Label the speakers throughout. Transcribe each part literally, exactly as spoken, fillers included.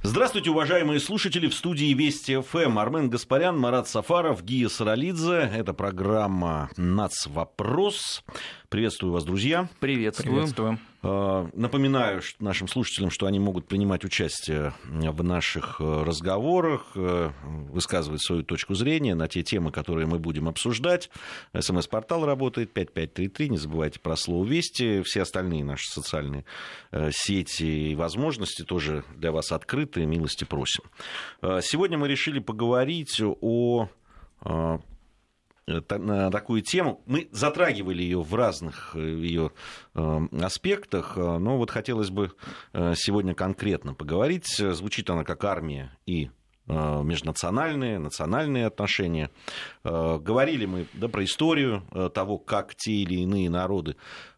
Speaker 1: Здравствуйте, уважаемые слушатели, в студии Вести ФМ. Армен Гаспарян, Марат Сафаров, Гия Саралидзе. Это программа «Нацвопрос». Приветствую вас, друзья.
Speaker 2: Приветствую.
Speaker 3: Приветствую.
Speaker 1: Напоминаю нашим слушателям, что они могут принимать участие в наших разговорах, высказывать свою точку зрения на те темы, которые мы будем обсуждать. СМС-портал работает пять пять три три. Не забывайте про слово «Вести». Все остальные наши социальные сети и возможности тоже для вас открыты. Милости просим. Сегодня мы решили поговорить о... на такую тему. Мы затрагивали ее в разных ее аспектах, но вот хотелось бы сегодня конкретно поговорить. Звучит она как армия и межнациональные, национальные отношения. Говорили мы, да, про историю того, как те или иные народы,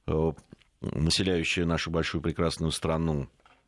Speaker 1: населяющие нашу большую прекрасную страну,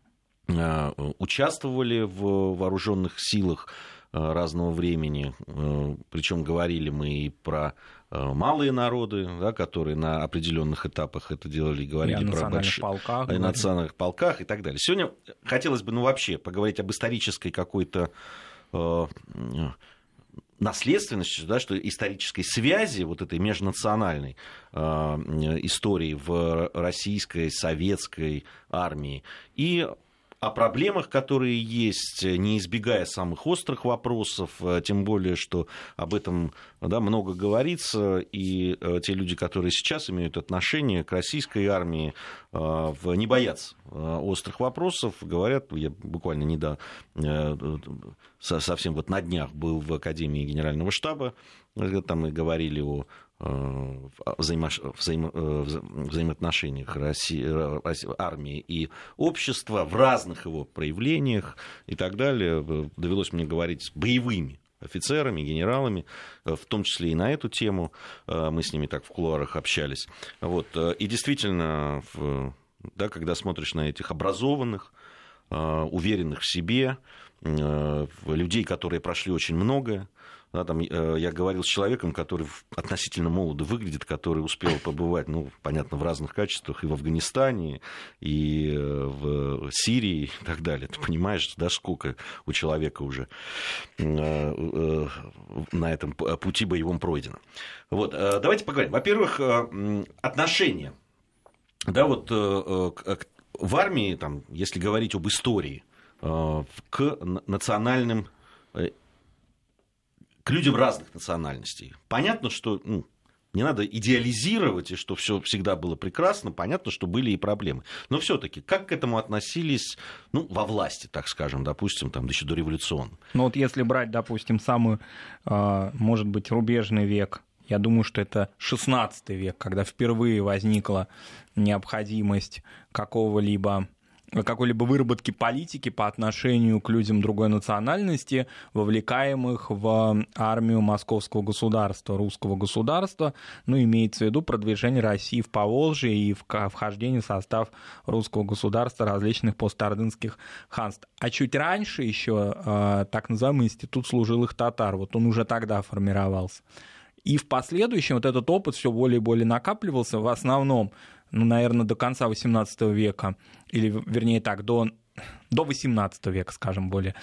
Speaker 1: участвовали в вооруженных силах разного времени. Причем говорили мы и про малые народы, да, которые на определенных этапах это делали, говорили
Speaker 2: и
Speaker 1: про большие
Speaker 2: полках,
Speaker 1: и национальных полках и так далее. Сегодня хотелось бы, ну, вообще поговорить об исторической какой-то э, наследственности, да, что исторической связи вот этой межнациональной э, истории в российской, советской армии и о проблемах, которые есть, не избегая самых острых вопросов, тем более, что об этом, да, много говорится, и те люди, которые сейчас имеют отношение к российской армии, не боятся острых вопросов, говорят, я буквально недавно, совсем вот на днях был в Академии Генерального штаба, там мы говорили о Взаимо... Взаимо... взаимоотношениях России... армии и общества в разных его проявлениях и так далее. Довелось мне говорить с боевыми офицерами, генералами, в том числе и на эту тему. Мы с ними так в кулуарах общались. Вот. И действительно, да, когда смотришь на этих образованных, уверенных в себе, людей, которые прошли очень многое. Да, там, я говорил с человеком, который относительно молодо выглядит, который успел побывать, ну, понятно, в разных качествах и в Афганистане, и в Сирии, и так далее. Ты понимаешь, да, сколько у человека уже на этом пути боевом пройдено. Вот, давайте поговорим. Во-первых, отношения. Да, вот в армии, там, если говорить об истории, к национальным, к людям разных национальностей. Понятно, что, ну, не надо идеализировать, и что все всегда было прекрасно, понятно, что были и проблемы. Но все-таки как к этому относились, ну, во власти, так скажем, допустим, там, еще дореволюционно?
Speaker 2: Ну вот если брать, допустим, самый, может быть, рубежный век, я думаю, что это шестнадцатый век, когда впервые возникла необходимость какого-либо какой-либо выработки политики по отношению к людям другой национальности, вовлекаемых в армию московского государства, русского государства, ну, имеется в виду продвижение России в Поволжье и вхождение в состав русского государства различных постордынских ханств. А чуть раньше еще так называемый институт служилых татар, вот он уже тогда формировался. И в последующем вот этот опыт все более и более накапливался, в основном, ну, наверное, до конца восемнадцатого века, или, вернее так, до, до восемнадцатого века, скажем, более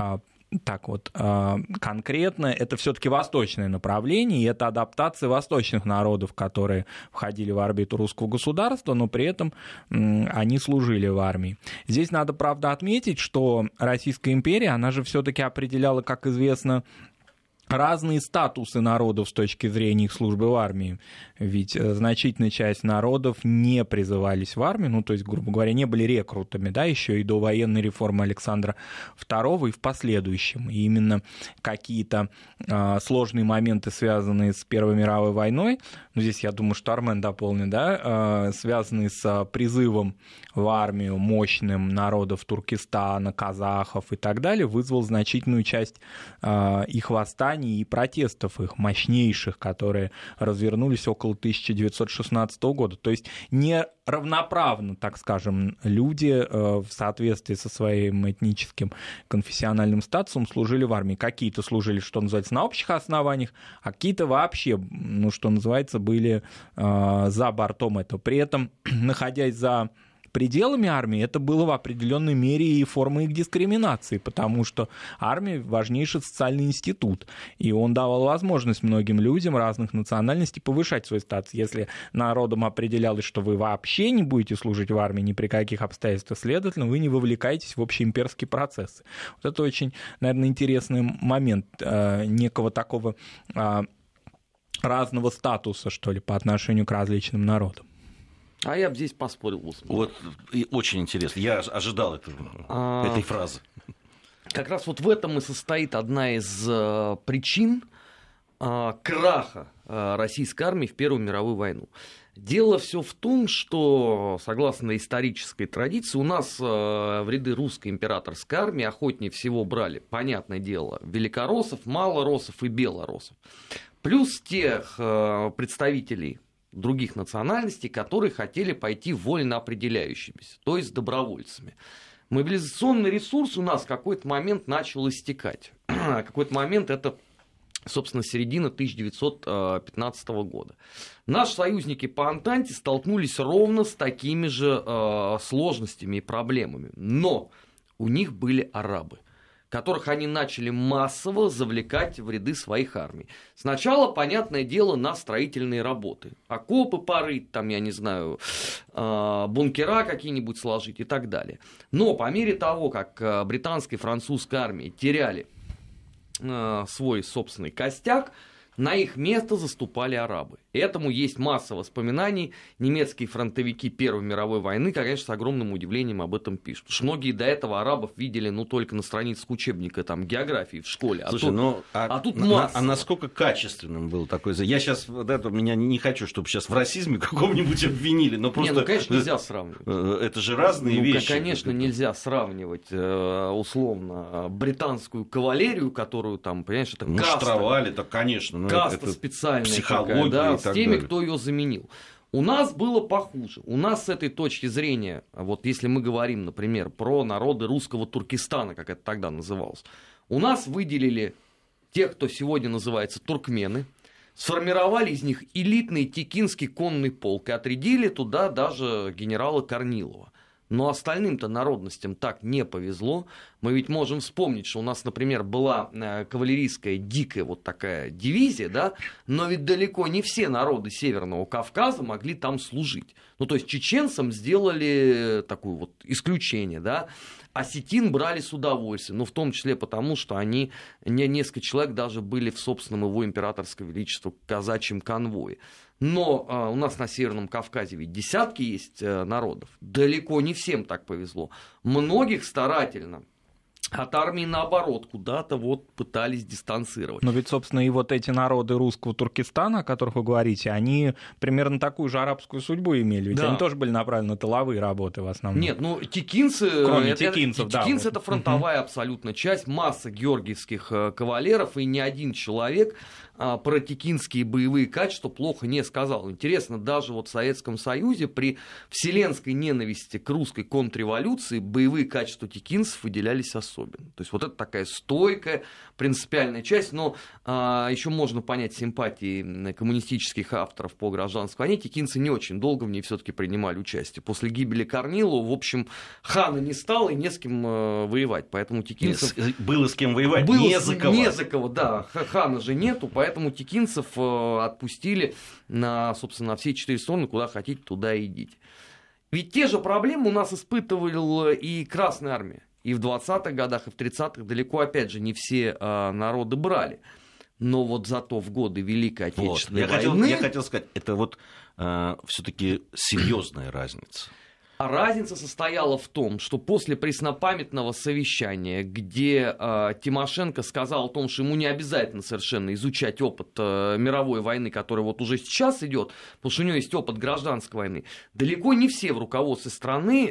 Speaker 2: так вот конкретно, это все-таки восточное направление, и это адаптация восточных народов, которые входили в орбиту русского государства, но при этом они служили в армии. Здесь надо, правда, отметить, что Российская империя, она же все-таки определяла, как известно, разные статусы народов с точки зрения их службы в армии. Ведь значительная часть народов не призывались в армию, ну, то есть, грубо говоря, не были рекрутами, да, еще и до военной реформы Александра второго и в последующем. И именно какие-то э, сложные моменты, связанные с Первой мировой войной, ну, здесь я думаю, что Армен дополнит, да, э, связанные с призывом в армию мощным народов Туркестана, казахов и так далее, вызвал значительную часть э, их восстаний и протестов их мощнейших, которые развернулись около тысяча девятьсот шестнадцатого года. То есть не равноправно, так скажем, люди в соответствии со своим этническим конфессиональным статусом служили в армии. Какие-то служили, что называется, на общих основаниях, а какие-то вообще, ну, что называется, были за бортом этого. При этом, находясь за пределами армии, это было в определенной мере и формой их дискриминации, потому что армия — важнейший социальный институт, и он давал возможность многим людям разных национальностей повышать свой статус. Если народом определялось, что вы вообще не будете служить в армии ни при каких обстоятельствах, следовательно, вы не вовлекаетесь в общеимперские процессы. Вот это очень, наверное, интересный момент э, некого такого э, разного статуса, что ли, по отношению к различным народам.
Speaker 3: А я бы здесь поспорил.
Speaker 1: Вот, и очень интересно. Я ожидал этого, а... этой фразы.
Speaker 3: Как раз вот в этом и состоит одна из э, причин э, краха э, российской армии в Первую мировую войну. Дело все в том, что, согласно исторической традиции, у нас э, в ряды русской императорской армии охотнее всего брали, понятное дело, великороссов, малороссов и белороссов. Плюс тех э, представителей других национальностей, которые хотели пойти вольно определяющимися, то есть добровольцами. Мобилизационный ресурс у нас в какой-то момент начал истекать. В какой-то момент это, собственно, середина тысяча девятьсот пятнадцатого года. Наши союзники по Антанте столкнулись ровно с такими же э, сложностями и проблемами. Но у них были арабы, которых они начали массово завлекать в ряды своих армий. Сначала, понятное дело, на строительные работы. Окопы порыть, там, я не знаю, бункера какие-нибудь сложить и так далее. Но по мере того, как британская и французская армии теряли свой собственный костяк, на их место заступали арабы. Этому есть масса воспоминаний. Немецкие фронтовики Первой мировой войны, конечно, с огромным удивлением об этом пишут. Потому что многие до этого арабов видели, ну, только на страницах учебника там, географии в школе. А
Speaker 1: Слушай,
Speaker 3: тут,
Speaker 1: ну, а,
Speaker 3: а тут
Speaker 1: на,
Speaker 3: масса.
Speaker 1: А насколько качественным был такой... Я сейчас, да, меня не хочу, чтобы сейчас в расизме каком-нибудь обвинили, но просто...
Speaker 3: Не, ну, конечно, нельзя сравнивать.
Speaker 1: Это же разные
Speaker 3: ну,
Speaker 1: вещи.
Speaker 3: Конечно, нельзя сравнивать, условно, британскую кавалерию, которую там, понимаешь, это
Speaker 1: ну,
Speaker 3: каста.
Speaker 1: Штрафовали, так, конечно. Ну,
Speaker 3: каста
Speaker 1: это
Speaker 3: специальная
Speaker 1: психология
Speaker 3: такая, да,
Speaker 1: и так
Speaker 3: с теми,
Speaker 1: далее.
Speaker 3: кто ее заменил. У нас было похуже. У нас с этой точки зрения, вот если мы говорим, например, про народы русского Туркестана, как это тогда называлось, у нас выделили тех, кто сегодня называется туркмены, сформировали из них элитный текинский конный полк и отрядили туда даже генерала Корнилова. Но остальным-то народностям так не повезло. Мы ведь можем вспомнить, что у нас, например, была кавалерийская дикая вот такая дивизия, да, но ведь далеко не все народы Северного Кавказа могли там служить. Ну, то есть чеченцам сделали такое вот исключение, да, осетин брали с удовольствием, ну, в том числе потому, что они, не, несколько человек даже были в собственном его императорского величества казачьем конвое. Но а, у нас на Северном Кавказе ведь десятки есть а, народов. Далеко не всем так повезло. Многих старательно от армии, наоборот, куда-то вот пытались дистанцировать.
Speaker 2: Но ведь, собственно, и вот эти народы русского Туркестана, о которых вы говорите, они примерно такую же арабскую судьбу имели. Ведь да. Они тоже были направлены на тыловые работы в основном.
Speaker 3: Нет, ну текинцы...
Speaker 2: Кроме
Speaker 3: это,
Speaker 2: текинцев, да.
Speaker 3: Текинцы — это фронтовая угу. абсолютно часть, масса георгиевских кавалеров, и ни один человек а, про текинские боевые качества плохо не сказал. Интересно, даже вот в Советском Союзе при вселенской ненависти к русской контрреволюции боевые качества текинцев выделялись особенно. То есть вот это такая стойкая, принципиальная часть, но а, еще можно понять симпатии коммунистических авторов по гражданской войне. Текинцы не очень долго в ней все-таки принимали участие. После гибели Корнилова, в общем, хана не стало и не с кем а, воевать, поэтому текинцев...
Speaker 1: Было с кем воевать,
Speaker 3: было
Speaker 1: не за кого.
Speaker 3: Не за кого, да, хана же нету, поэтому текинцев а, отпустили на, собственно, на все четыре стороны, куда хотите, туда и идите. Ведь те же проблемы у нас испытывала и Красная Армия. И в двадцатых годах, и в тридцатых далеко, опять же, не все а, народы брали. Но вот зато в годы Великой Отечественной
Speaker 1: вот. я
Speaker 3: войны...
Speaker 1: Хотел, я хотел сказать, это вот а, все-таки серьезная разница.
Speaker 3: А разница состояла в том, что после преснопамятного совещания, где э, Тимошенко сказал о том, что ему не обязательно совершенно изучать опыт э, мировой войны, который вот уже сейчас идет, потому что у него есть опыт гражданской войны, далеко не все в руководстве страны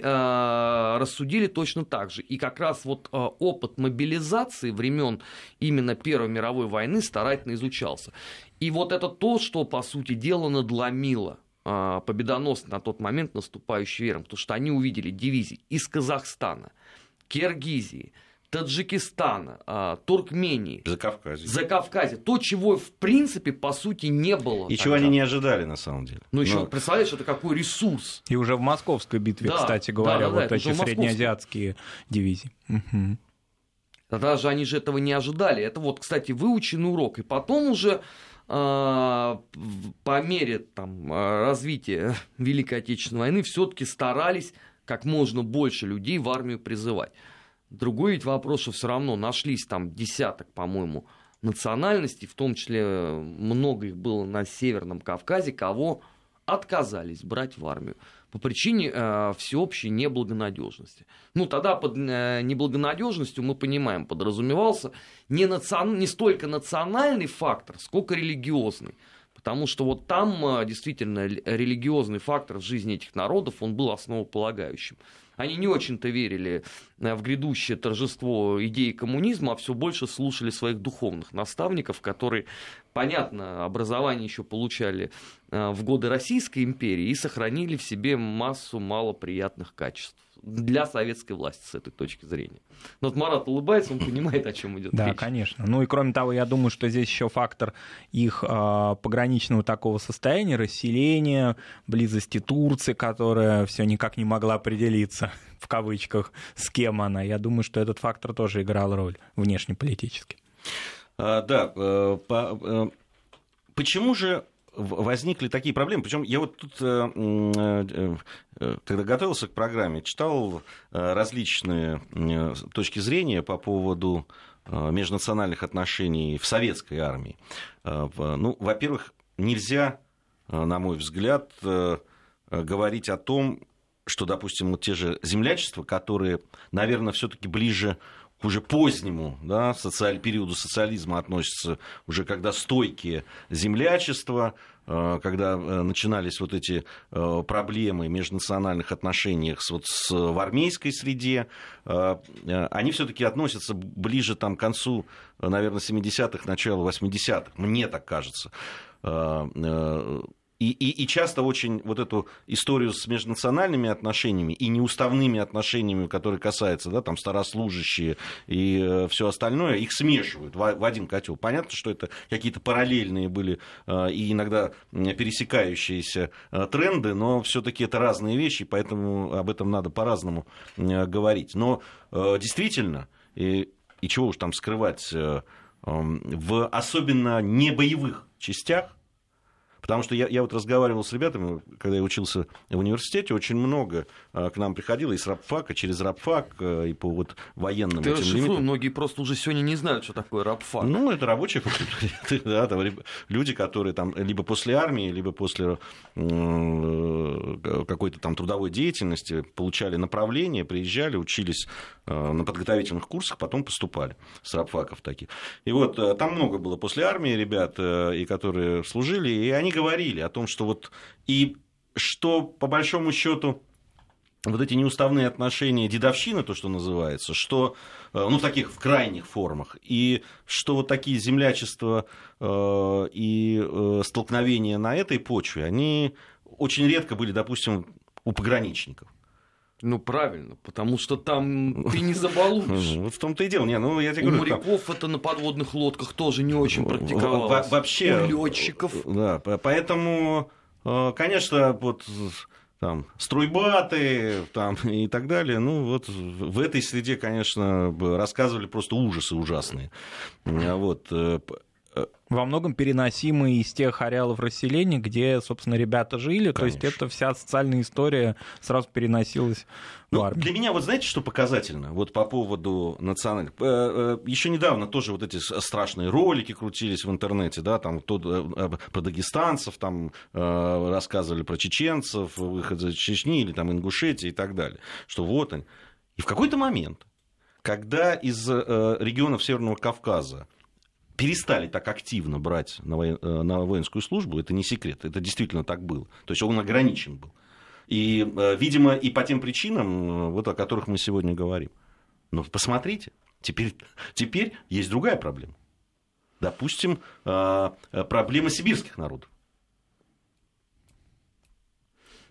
Speaker 3: э, рассудили точно так же. И как раз вот э, опыт мобилизации времен именно Первой мировой войны старательно изучался. И вот это то, что, по сути дела, надломило победоносный на тот момент наступающий вером, потому что они увидели дивизии из Казахстана, Киргизии, Таджикистана, Туркмении,
Speaker 1: Закавказье.
Speaker 3: Закавказье. То, чего в принципе по сути не было.
Speaker 1: И
Speaker 3: тогда.
Speaker 1: чего они не ожидали на самом деле.
Speaker 3: Ну еще
Speaker 1: Но...
Speaker 3: представляешь, это какой ресурс.
Speaker 2: И уже в Московской битве,
Speaker 3: да,
Speaker 2: кстати говоря,
Speaker 3: да, да,
Speaker 2: вот
Speaker 3: да,
Speaker 2: эти среднеазиатские дивизии. Угу.
Speaker 3: Тогда же они же этого не ожидали. Это вот, кстати, выученный урок. И потом уже по мере там, развития Великой Отечественной войны все-таки старались как можно больше людей в армию призывать. Другой ведь вопрос, что все равно нашлись там десяток, по-моему, национальностей, в том числе много их было на Северном Кавказе, кого отказались брать в армию по причине э, всеобщей неблагонадежности. Ну, тогда под э, неблагонадежностью, мы понимаем, подразумевался не, национ... не столько национальный фактор, сколько религиозный. Потому что вот там э, действительно религиозный фактор в жизни этих народов, он был основополагающим. Они не очень-то верили в грядущее торжество идеи коммунизма, а все больше слушали своих духовных наставников, которые, понятно, образование еще получали в годы Российской империи и сохранили в себе массу малоприятных качеств для советской власти с этой точки зрения. Но вот Марат улыбается, он понимает, о чем идет
Speaker 2: да,
Speaker 3: речь.
Speaker 2: Да, конечно. Ну и кроме того, я думаю, что здесь еще фактор их э, пограничного такого состояния, расселения, близости Турции, которая все никак не могла определиться, в кавычках, с кем она. Я думаю, что этот фактор тоже играл роль внешнеполитически.
Speaker 1: А, да, э, по, э, почему же возникли такие проблемы? Причем я вот тут, когда готовился к программе, читал различные точки зрения по поводу межнациональных отношений в советской армии. Ну, во-первых, нельзя, на мой взгляд, говорить о том, что, допустим, вот те же землячества, которые, наверное, все-таки ближе к уже позднему, да, социаль... периоду социализма относятся, уже когда стойкие землячества, когда начинались вот эти проблемы в межнациональных отношениях с, вот, с, в армейской среде, они все-таки относятся ближе там, к концу, наверное, семидесятых, началу восьмидесятых, мне так кажется. И, и, и часто очень вот эту историю с межнациональными отношениями и неуставными отношениями, которые касаются, да, там, старослужащие и э, все остальное, их смешивают в, в один котел. Понятно, что это какие-то параллельные были э, и иногда пересекающиеся э, тренды, но все-таки это разные вещи, поэтому об этом надо по-разному э, говорить. Но э, действительно, и, и чего уж там скрывать, э, э, в особенно небоевых частях, потому что я, я вот разговаривал с ребятами, когда я учился в университете, очень много а, к нам приходило из рабфака, через рабфак, а, и по вот военным
Speaker 3: Ты
Speaker 1: этим
Speaker 3: расшифруй,
Speaker 1: лимитам.
Speaker 3: Многие просто уже сегодня не знают, что такое рабфак.
Speaker 1: Ну, это рабочие да, там, люди, которые там либо после армии, либо после какой-то там трудовой деятельности получали направление, приезжали, учились на подготовительных курсах, потом поступали с рабфаков таких. И вот там много было после армии ребят, и которые служили, и они говорили о том, что вот и что по большому счету вот эти неуставные отношения, дедовщина, то, что называется, что, ну, в таких в крайних формах, и что вот такие землячества э, и э, столкновения на этой почве, они очень редко были, допустим, у пограничников.
Speaker 3: Ну, правильно, потому что там ты не забалуешь.
Speaker 1: Вот в том-то и дело. Не, ну, я тебе
Speaker 3: у
Speaker 1: говорю,
Speaker 3: моряков там... это на подводных лодках тоже не очень практиковалось.
Speaker 1: Вообще,
Speaker 3: у летчиков.
Speaker 1: Да, поэтому, конечно, вот там стройбаты там, и так далее, ну, вот в этой среде, конечно, рассказывали просто ужасы ужасные. Вот.
Speaker 2: Во многом переносимые из тех ареалов расселения, где, собственно, ребята жили. Конечно. То есть это вся социальная история сразу переносилась в армию.
Speaker 1: Для меня, вот знаете, что показательно? Вот по поводу национальных... Еще недавно тоже вот эти страшные ролики крутились в интернете, да, там про дагестанцев, там рассказывали про чеченцев, выход из Чечни или там Ингушетии и так далее. Что вот они. И в какой-то момент, когда из регионов Северного Кавказа перестали так активно брать на, во... на воинскую службу, это не секрет, это действительно так было. То есть он ограничен был. И, видимо, и по тем причинам, вот, о которых мы сегодня говорим. Но посмотрите, теперь, теперь есть другая проблема. Допустим, проблема сибирских народов.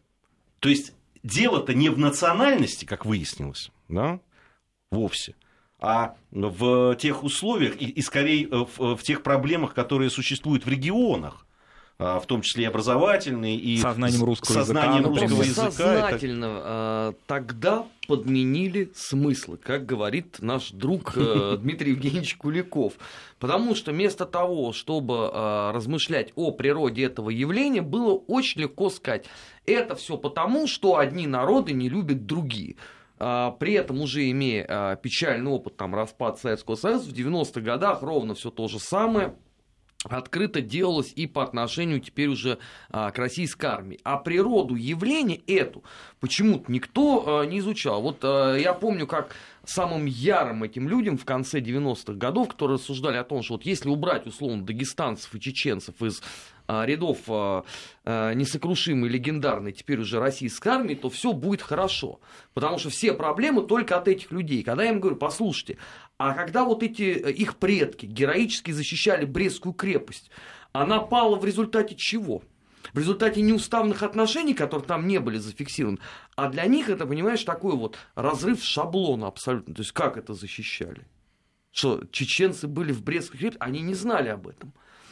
Speaker 1: То есть дело-то не в национальности, как выяснилось, да, вовсе, а в тех условиях и, и скорее в, в тех проблемах, которые существуют в регионах, в том числе и образовательные, и
Speaker 2: сознанием русского
Speaker 1: сознанием
Speaker 2: языка.
Speaker 1: Русского языка
Speaker 3: Сознательно так... тогда подменили смыслы, как говорит наш друг Дмитрий Евгеньевич Куликов. Потому что вместо того, чтобы размышлять о природе этого явления, было очень легко сказать, это все потому, что одни народы не любят другие. При этом, уже имея печальный опыт там, распад Советского Союза, в девяностых годах ровно все то же самое открыто делалось и по отношению теперь уже а, к российской армии. А природу явления эту почему-то никто а, не изучал. Вот а, я помню, как самым ярым этим людям в конце девяностых годов, которые рассуждали о том, что вот если убрать, условно, дагестанцев и чеченцев из а, рядов а, а, несокрушимой, легендарной теперь уже российской армии, то все будет хорошо. Потому что все проблемы только от этих людей. Когда я им говорю, послушайте, а когда вот эти их предки героически защищали Брестскую крепость, она пала в результате чего? В результате неуставных отношений, которые там не были зафиксированы. А для них это, понимаешь, такой вот разрыв шаблона абсолютно. То есть как это защищали? Что чеченцы были в Брестской крепости, они не знали об этом.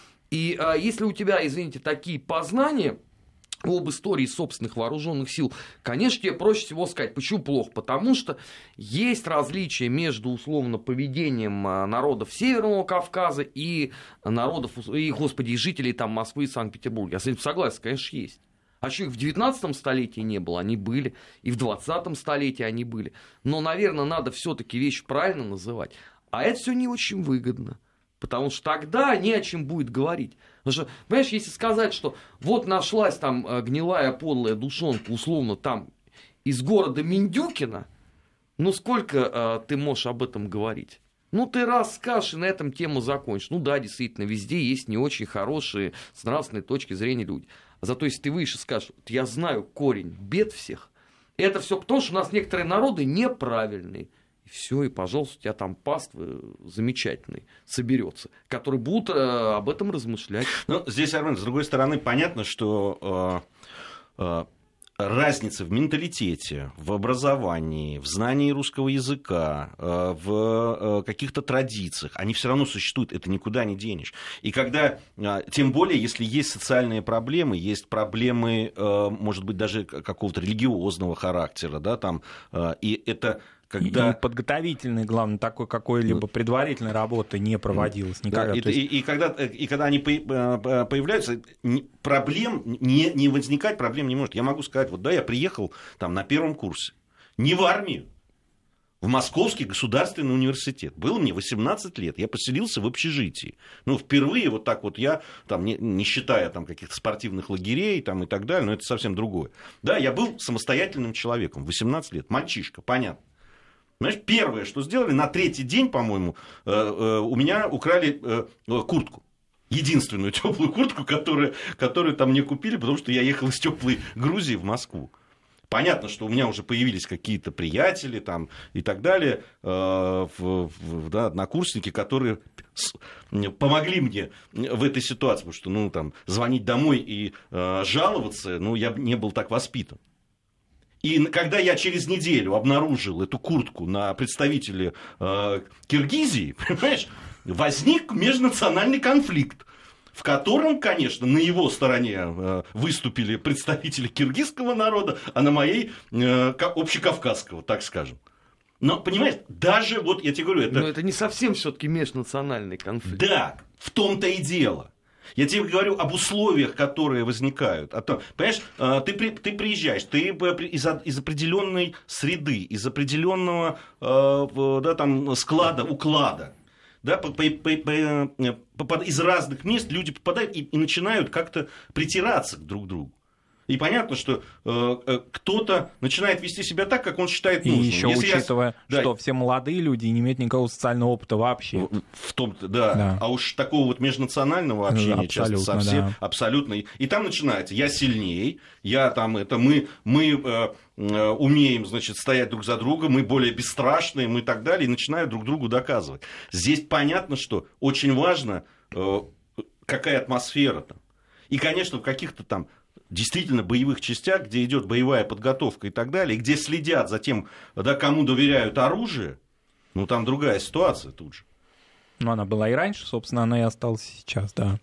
Speaker 3: И а, если у тебя, извините, такие познания об истории собственных вооруженных сил, конечно, тебе проще всего сказать, почему плохо, потому что есть различия между, условно, поведением народов Северного Кавказа и народов, и, господи, и жителей там Москвы и Санкт-Петербурга. Я с этим согласен, конечно, есть. А что их в девятнадцатом столетии не было? Они были. И в двадцатом столетии они были. Но, наверное, надо все-таки вещи правильно называть. А это все не очень выгодно. Потому что тогда не о чем будет говорить. Потому что, понимаешь, если сказать, что вот нашлась там гнилая подлая душонка, условно, там из города Миндюкина, ну сколько э, ты можешь об этом говорить? Ну ты раз скажешь, и на этом тему закончишь. Ну да, действительно, везде есть не очень хорошие с нравственной точки зрения люди. А зато если ты выше скажешь, вот я знаю корень бед всех, это все потому, что у нас некоторые народы неправильные. Все, и, пожалуйста, у тебя там паствы замечательные соберется, которые будут э, об этом размышлять.
Speaker 1: Ну, здесь, Армен, с другой стороны, понятно, что э, э, разница в менталитете, в образовании, в знании русского языка, э, в э, каких-то традициях, они все равно существуют, это никуда не денешь. И когда, э, тем более, если есть социальные проблемы, есть проблемы, э, может быть, даже какого-то религиозного характера, да, там, э, и это... Когда...
Speaker 2: И подготовительной, главное, такой какой-либо предварительной работы не проводилось никогда.
Speaker 1: Да, и, есть... и, и, когда, и когда они появляются, проблем не, не возникать, проблем не может. Я могу сказать, вот да, я приехал там на первом курсе, не в армию, в Московский государственный университет. Было мне восемнадцать лет, я поселился в общежитии. Ну, впервые вот так вот я, там, не, не считая там, каких-то спортивных лагерей там, и так далее, но это совсем другое. Да, я был самостоятельным человеком, восемнадцать лет, мальчишка, понятно. Знаешь, первое, что сделали, на третий день, по-моему, у меня украли куртку. Единственную теплую куртку, которую, которую там мне купили, потому что я ехал из теплой Грузии в Москву. Понятно, что у меня уже появились какие-то приятели там, и так далее, в, в, да, однокурсники, которые помогли мне в этой ситуации, потому что ну, там, звонить домой и э, жаловаться, ну, я не был так воспитан. И когда я через неделю обнаружил эту куртку на представителе э, Киргизии, понимаешь, возник межнациональный конфликт, в котором, конечно, на его стороне э, выступили представители киргизского народа, а на моей э, общекавказского, так скажем. Но, понимаешь, даже вот я тебе говорю, это...
Speaker 3: Но это не совсем все-таки межнациональный конфликт.
Speaker 1: Да, в том-то и дело. Я тебе говорю об условиях, которые возникают. О том, понимаешь, ты, ты приезжаешь, ты из, из определенной среды, из определенного да, там, склада, уклада. Да, по, по, по, по, из разных мест люди попадают и, и начинают как-то притираться друг к другу. И понятно, что э, кто-то начинает вести себя так, как он считает нужным.
Speaker 2: И еще
Speaker 1: Если
Speaker 2: учитывая,
Speaker 1: я...
Speaker 2: что
Speaker 1: да.
Speaker 2: все молодые люди не имеют никакого социального опыта вообще.
Speaker 1: В, в том-то, да. да. А уж такого вот межнационального общения часто
Speaker 2: абсолютно,
Speaker 1: совсем
Speaker 2: да.
Speaker 1: абсолютно. И там начинается: я сильней, я там это мы мы э, э, умеем, значит, стоять друг за друга, мы более бесстрашные, мы и так далее, и начинают друг другу доказывать. Здесь понятно, что очень важно, э, какая атмосфера там. И, конечно, в каких-то там действительно боевых частях, где идет боевая подготовка и так далее, где следят за тем, да, кому доверяют оружие, Ну, там другая ситуация тут же.
Speaker 2: Ну, она была и раньше, собственно, она и осталась сейчас, да.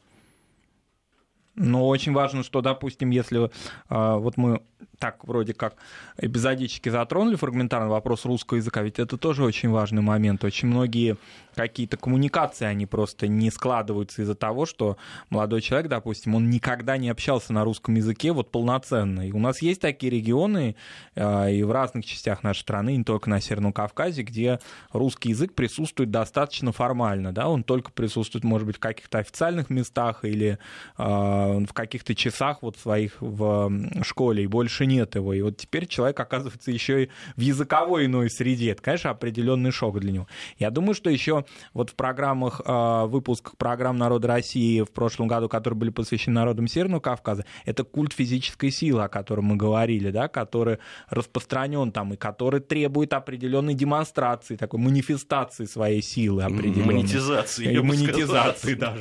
Speaker 2: Но очень важно, что, допустим, если э, вот мы так вроде как эпизодически затронули фрагментарный вопрос русского языка, ведь это тоже очень важный момент. Очень многие какие-то коммуникации, они просто не складываются из-за того, что молодой человек, допустим, он никогда не общался на русском языке вот полноценно. И у нас есть такие регионы э, и в разных частях нашей страны, не только на Северном Кавказе, где русский язык присутствует достаточно формально, да, он только присутствует, может быть, в каких-то официальных местах или э, в каких-то часах вот своих в школе, и больше нет его. И вот теперь человек оказывается еще и в языковой иной среде. Это, конечно, определенный шок для него. Я думаю, что еще вот в программах, э, выпусках программ «Народа России» в прошлом году, которые были посвящены народам Северного Кавказа, это культ физической силы, о котором мы говорили, да, который распространен там и который требует определенной демонстрации, такой манифестации своей силы определенной.
Speaker 1: Монетизации.
Speaker 2: И монетизации даже,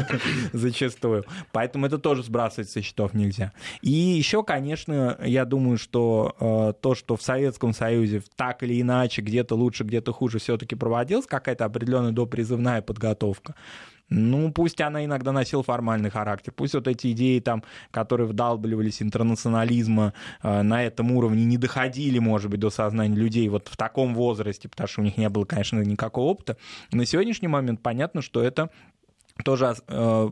Speaker 2: зачастую. Поэтому это тоже сбрасывать со счетов нельзя. И еще, конечно, я думаю, что э, то, что в Советском Союзе так или иначе, где-то лучше, где-то хуже все-таки проводилась какая-то определенная допризывная подготовка, ну, пусть она иногда носила формальный характер, пусть вот эти идеи, там, которые вдалбливались интернационализма э, на этом уровне, не доходили, может быть, до сознания людей вот в таком возрасте, потому что у них не было, конечно, никакого опыта. На сегодняшний момент понятно, что это тоже э,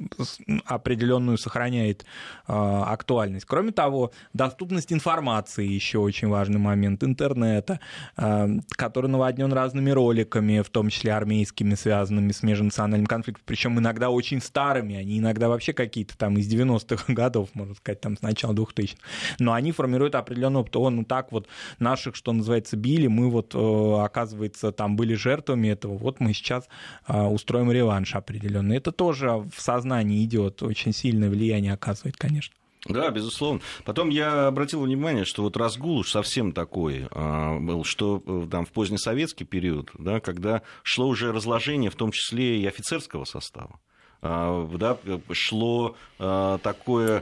Speaker 2: определенную сохраняет э, актуальность. Кроме того, доступность информации еще очень важный момент, интернета, э, который наводнен разными роликами, в том числе армейскими, связанными с межнациональным конфликтом, причем иногда очень старыми, они иногда вообще какие-то там из девяностых годов, можно сказать, там с начала двухтысячных, но они формируют определенный опыт. О, ну так вот наших, что называется, били, мы вот, э, оказывается, там были жертвами этого, вот мы сейчас э, устроим реванш определенный. Это тоже в сознании идет, очень сильное влияние оказывает, конечно.
Speaker 1: Да, безусловно. Потом я обратил внимание, что вот разгул уж совсем такой был, что там в позднесоветский период, да, когда шло уже разложение, в том числе и офицерского состава. Да, шло такое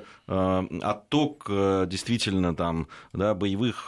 Speaker 1: отток действительно там, да, боевых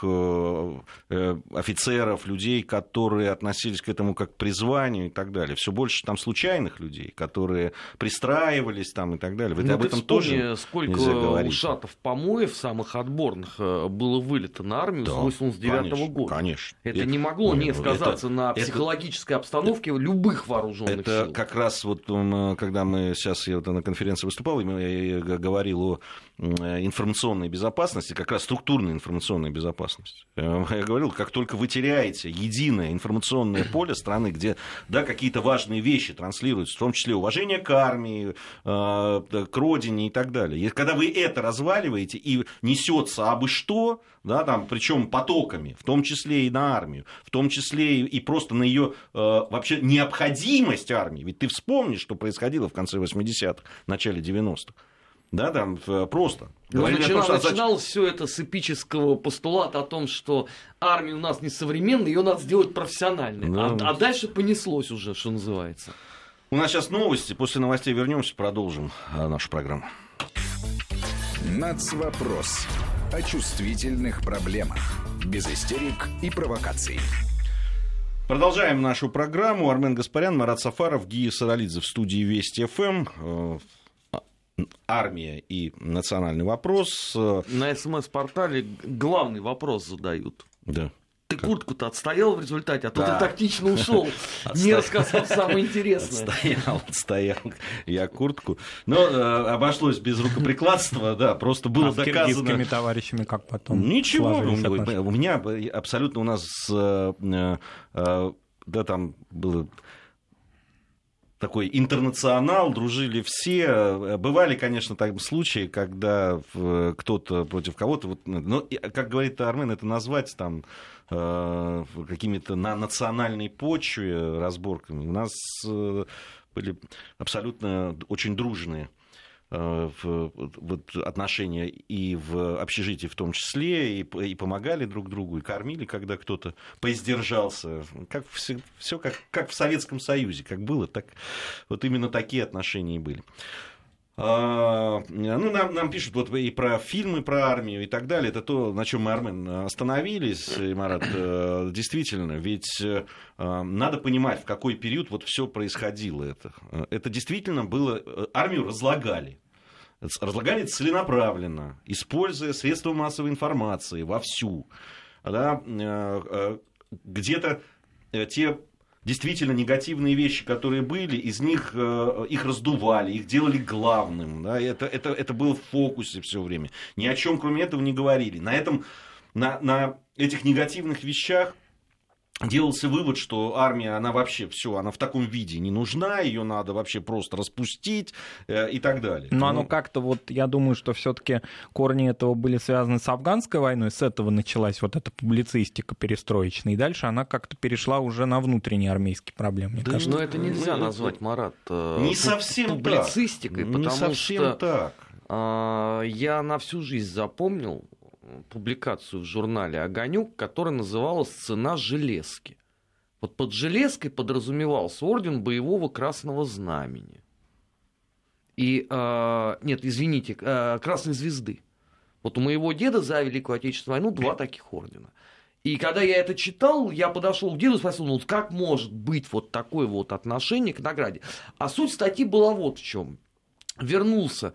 Speaker 1: офицеров, людей, которые относились к этому как к призванию и так далее. Все больше там случайных людей, которые пристраивались там и так далее. Вы об этом тоже
Speaker 3: сколько
Speaker 1: нельзя говорить.
Speaker 3: ушатов помоев самых отборных было вылито на армию да, с восемьдесят девятого года.
Speaker 1: Конечно.
Speaker 3: Это,
Speaker 1: это
Speaker 3: не могло не сказаться
Speaker 1: это,
Speaker 3: на психологической это, обстановке это, любых вооруженных
Speaker 1: это
Speaker 3: сил.
Speaker 1: Как раз вот когда мы сейчас я вот на конференции выступал, я говорил о информационной безопасности, как раз структурной информационной безопасности. Я говорил, как только вы теряете единое информационное поле страны, где да, какие-то важные вещи транслируются, в том числе уважение к армии, к родине и так далее. И когда вы это разваливаете и несется абы что, да, там, причем потоками, в том числе и на армию, в том числе и просто на ее вообще необходимость армии. Ведь ты вспомни, что происходило в конце восьмидесятых, начале девяностых. Да, там просто.
Speaker 3: Ну, начинал, том, что... Начиналось все это с эпического постулата о том, что армия у нас не современная, ее надо сделать профессиональной. Да. А, а дальше понеслось уже, что называется.
Speaker 1: У нас сейчас новости. После новостей вернемся, продолжим нашу программу.
Speaker 4: Нацвопрос. О чувствительных проблемах. Без истерик и провокаций.
Speaker 1: Продолжаем нашу программу. Армен Гаспарян, Марат Сафаров, Гия Саралидзе в студии Вести ФМ. Армия и национальный вопрос.
Speaker 3: На СМС-портале главный вопрос задают.
Speaker 1: Да.
Speaker 3: Ты как? Куртку-то отстоял в результате, а то да. ты тактично ушел, не рассказав самое интересное.
Speaker 1: Отстоял, отстоял я куртку. Но э, обошлось без рукоприкладства, да, просто было
Speaker 2: а
Speaker 1: доказано...
Speaker 2: с киргизскими товарищами как потом?
Speaker 1: Ничего, у меня абсолютно у нас, э, э, да, там было... такой интернационал, дружили все. Бывали, конечно, так случаи, когда кто-то против кого-то... Вот, но, как говорит Армен, это назвать там какими-то на национальной почве разборками. У нас были абсолютно очень дружные вот, отношения и в общежитии в том числе, и, и помогали друг другу, и кормили, когда кто-то поиздержался. Как все, все как, как в Советском Союзе, как было, так вот именно такие отношения и были. Ну, нам, нам пишут вот и про фильмы про армию и так далее. Это то, на чем мы, Армен, остановились, и, Марат. Действительно, ведь надо понимать, в какой период вот все происходило. Это, это действительно было... Армию разлагали. Разлагали целенаправленно, используя средства массовой информации вовсю. Да? Где-то те... действительно негативные вещи, которые были, из них э, их раздували, их делали главным. Да? Это, это, это было в фокусе все время. Ни о чем, кроме этого, не говорили. На, этом, на, на этих негативных вещах делался вывод, что армия, она вообще все, она в таком виде не нужна, ее надо вообще просто распустить э, и так далее.
Speaker 2: Но оно как-то вот, я думаю, что все-таки корни этого были связаны с афганской войной, с этого началась вот эта публицистика перестроечная, и дальше она как-то перешла уже на внутренние армейские проблемы.
Speaker 3: Да, но это нельзя мы... назвать, Марат,
Speaker 1: не совсем
Speaker 3: публицистикой,
Speaker 1: так.
Speaker 3: потому
Speaker 1: не совсем
Speaker 3: что
Speaker 1: так.
Speaker 3: Э, я на всю жизнь запомнил публикацию в журнале «Огонёк», которая называлась «Цена железки». Вот под железкой подразумевался орден боевого Красного Знамени. И, э, нет, извините, э, Красной Звезды. Вот у моего деда за Великую Отечественную войну два таких ордена. И когда я это читал, я подошел к деду и спросил, ну как может быть вот такое вот отношение к награде? А суть статьи была вот в чем. Вернулся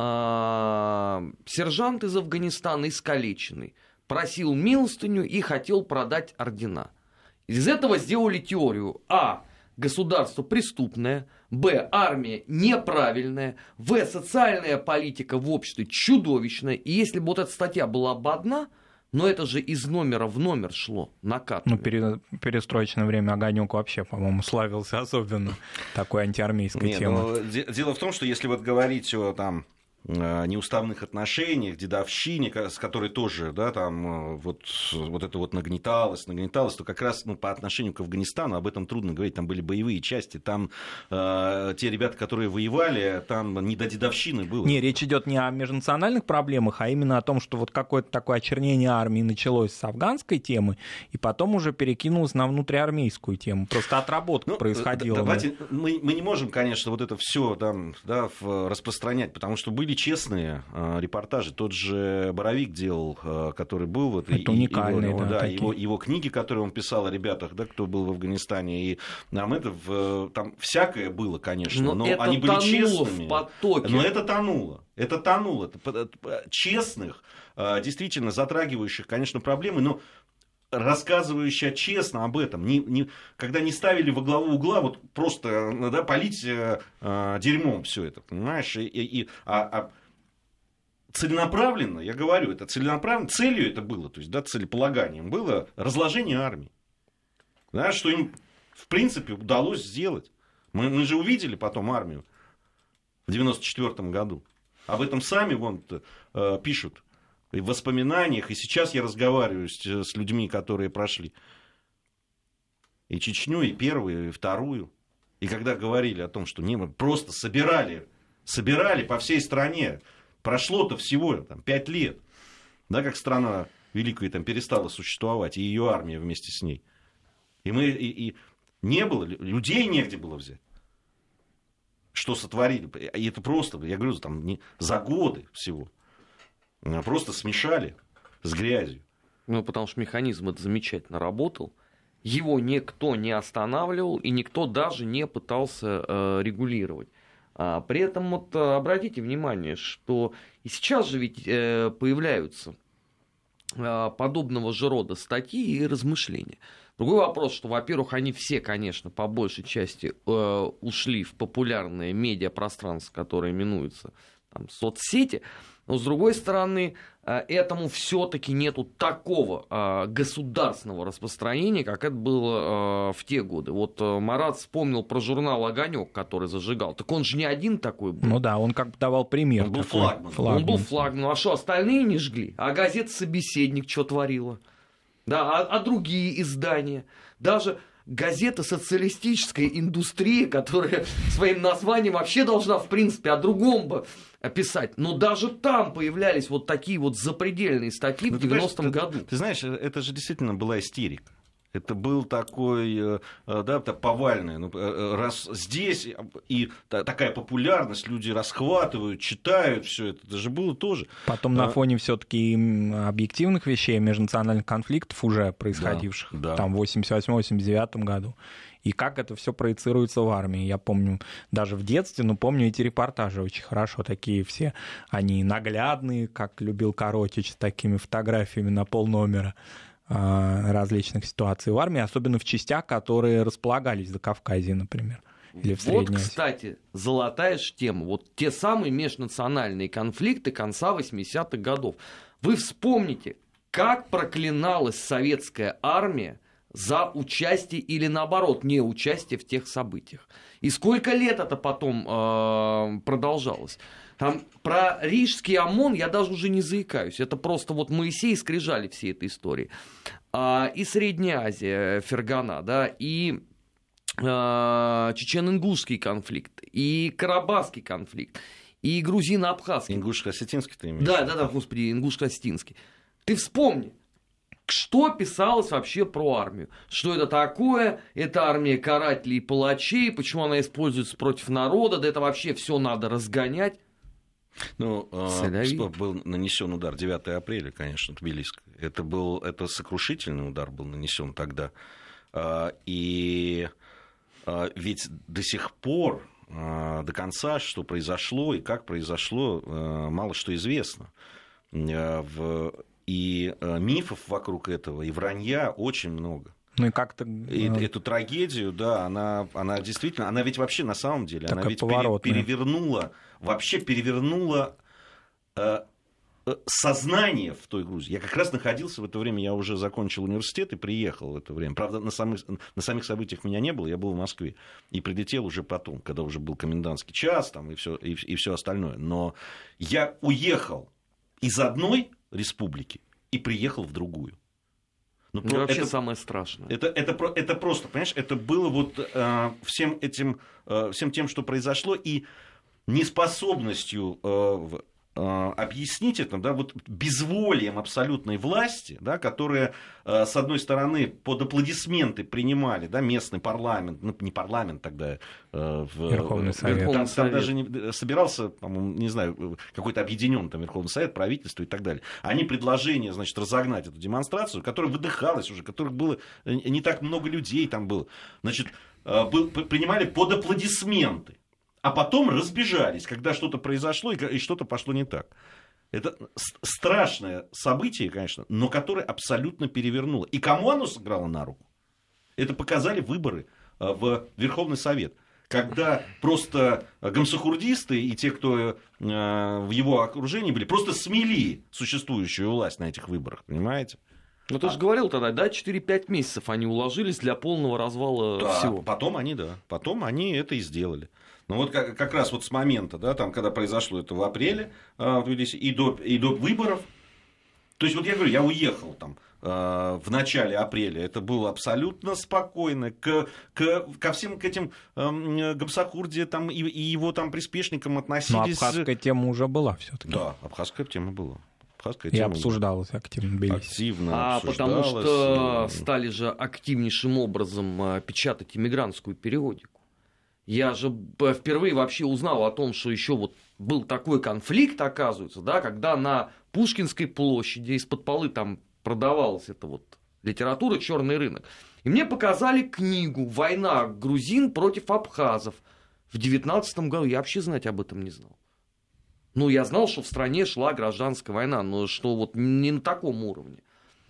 Speaker 3: сержант из Афганистана, искалеченный, просил милостыню и хотел продать ордена. Из этого сделали теорию: а. Государство преступное, б. Армия неправильная, в. Социальная политика в обществе чудовищная. И если бы вот эта статья была бы одна, но это же из номера в номер шло, накатывание.
Speaker 2: Ну, пере, перестроечное время «Огонёк» вообще, по-моему, славился особенно такой антиармейской темой.
Speaker 1: Дело в том, что если вот говорить о там неуставных отношениях, дедовщине, с которой тоже, да, там вот, вот это вот нагнеталось, нагнеталось, то как раз ну, по отношению к Афганистану об этом трудно говорить. Там были боевые части, там э, те ребята, которые воевали, там не до дедовщины было.
Speaker 2: Не, речь идет не о межнациональных проблемах, а именно о том, что вот какое-то такое очернение армии началось с афганской темы, и потом уже перекинулось на внутриармейскую тему. Просто отработка ну, происходила.
Speaker 1: Давайте, да. мы, мы не можем, конечно, вот это все там, да, распространять, потому что были честные э, репортажи. Тот же Боровик делал, э, который был. Вот,
Speaker 2: это
Speaker 1: и,
Speaker 2: уникальные,
Speaker 1: его,
Speaker 2: да,
Speaker 1: да, его, его книги, которые он писал о ребятах, да, кто был в Афганистане. И нам это, в, там всякое было, конечно, но, но они были честными.
Speaker 3: В потоке.
Speaker 1: Но это тонуло. Это тонуло. Это, честных, э, действительно затрагивающих, конечно, проблемы, но рассказывающая честно об этом, не, не, когда не ставили во главу угла, вот просто да, полить э, дерьмом все это, понимаешь, и, и, а, а целенаправленно, я говорю, это целенаправленно, целью это было, то есть, да, целеполаганием было разложение армии, да, что им, в принципе, удалось сделать. Мы, мы же увидели потом армию в девяносто четвёртом году, об этом сами вон э, пишут. И в воспоминаниях, и сейчас я разговариваю с, с людьми, которые прошли и Чечню, и первую, и вторую. И когда говорили о том, что не, мы просто собирали, собирали по всей стране, прошло-то всего там, пять лет, да, как страна великая там перестала существовать, и ее армия вместе с ней. И, мы, и, и не было, людей негде было взять. Что сотворили. И это просто, я говорю, там, не, за годы всего. Просто смешали с грязью.
Speaker 3: Ну, потому что механизм это замечательно работал. Его никто не останавливал, и никто даже не пытался э, регулировать. А при этом вот, обратите внимание, что и сейчас же ведь э, появляются э, подобного же рода статьи и размышления. Другой вопрос, что, во-первых, они все, конечно, по большей части э, ушли в популярное медиапространство, которое именуется там, соцсети. Но, с другой стороны, этому все-таки нету такого а, государственного распространения, как это было а, в те годы. Вот а, Марат вспомнил про журнал «Огонёк», который зажигал. Так он же не один такой был.
Speaker 2: Ну да, он как бы давал пример.
Speaker 1: Он был флагман.
Speaker 2: флагман.
Speaker 3: Он был флагман. А что, остальные не жгли? А газета «Собеседник» что творила? Да, а, а другие издания? Даже газета социалистической индустрии, которая своим названием вообще должна, в принципе, о другом бы писать. Но даже там появлялись вот такие вот запредельные статьи ну, в девяностом году.
Speaker 1: Ты, ты знаешь, это же действительно была истерика. Это был такой, да, повальный. Ну, раз здесь и такая популярность, люди расхватывают, читают все это, это же было тоже.
Speaker 2: Потом на фоне все-таки объективных вещей, межнациональных конфликтов уже происходивших, да, да. Там в восемьдесят восьмом — восемьдесят девятом году. И как это все проецируется в армии. Я помню даже в детстве, но помню эти репортажи очень хорошо, такие все, они наглядные, как любил Коротич, с такими фотографиями на полномера различных ситуаций в армии, особенно в частях, которые располагались в Закавказье, например, или в Средней Азии.
Speaker 3: Вот, кстати, золотая ж тема. Вот те самые межнациональные конфликты конца восьмидесятых годов. Вы вспомните, как проклиналась советская армия за участие или, наоборот, не участие в тех событиях. И сколько лет это потом э, продолжалось. Там про Рижский ОМОН я даже уже не заикаюсь. Это просто вот Моисей и Скрижали всей этой истории. А, и Средняя Азия, Фергана, да, и а, Чечено-ингушский конфликт, и Карабахский конфликт, и грузино-абхазский.
Speaker 1: Ингуш-Осетинский ты имеешь?
Speaker 3: Да, да, да, господи, Ингуш-Осетинский. Ты вспомни, что писалось вообще про армию? Что это такое? Это армия карателей и палачей, почему она используется против народа, да это вообще все надо разгонять.
Speaker 1: Ну, э, был нанесен удар девятого апреля, конечно, Тбилисское. Это был, это сокрушительный удар был нанесен тогда. Э, и э, ведь до сих пор, э, до конца, что произошло и как произошло, э, мало что известно. Э, в, и э, мифов вокруг этого, и вранья очень много.
Speaker 2: Ну и как-то...
Speaker 1: И, эту трагедию, да, она, она действительно, она ведь вообще на самом деле, она ведь пере, перевернула, вообще перевернула э, сознание в той Грузии. Я как раз находился в это время, я уже закончил университет и приехал в это время. Правда, на самых, на самих событиях меня не было, я был в Москве. И прилетел уже потом, когда уже был комендантский час там, и все и, и все остальное. Но я уехал из одной республики и приехал в другую.
Speaker 3: Ну, это вообще это, самое страшное.
Speaker 1: Это, это, это, это просто, понимаешь, это было вот э, всем этим, э, всем тем, что произошло, и неспособностью э, э, объяснить это, да, вот безволием абсолютной власти, да, которая, э, с одной стороны, под аплодисменты принимали, да, местный парламент, ну, не парламент тогда, э, в,
Speaker 2: Верховный Совет.
Speaker 1: Там, там даже не, собирался, по-моему, не знаю, какой-то объединенный там Верховный Совет, правительство и так далее. Они предложение, значит, разогнать эту демонстрацию, которая выдыхалась уже, которых было не так много людей там было, значит, был, принимали под аплодисменты. А потом разбежались, когда что-то произошло и что-то пошло не так. Это страшное событие, конечно, но которое абсолютно перевернуло. И кому оно сыграло на руку? Это показали выборы в Верховный Совет. Когда просто гамсахурдисты и те, кто в его окружении были, просто смели существующую власть на этих выборах, понимаете?
Speaker 3: Ну, ты а... же говорил тогда, да, четыре-пять месяцев они уложились для полного развала
Speaker 1: да,
Speaker 3: всего.
Speaker 1: Потом они, да, потом они это и сделали. Ну вот как, как раз вот с момента, да, там, когда произошло это в апреле, и до, и до выборов, то есть вот я говорю, я уехал там в начале апреля, это было абсолютно спокойно, к, к, ко всем к этим э, Гамсахурде там, и, и его там приспешникам относились. Но
Speaker 2: абхазская тема уже была все-таки.
Speaker 1: Да, абхазская тема была.
Speaker 2: И тема обсуждалась активно.
Speaker 1: Активно
Speaker 3: а потому что стали же активнейшим образом печатать иммигрантскую периодику. Я же впервые вообще узнал о том, что еще вот был такой конфликт, оказывается, да, когда на Пушкинской площади из-под полы там продавалась эта вот литература «Черный рынок». И мне показали книгу «Война грузин против абхазов» в девятнадцатом году. Я вообще знать об этом не знал. Ну, я знал, что в стране шла гражданская война, но что вот не на таком уровне.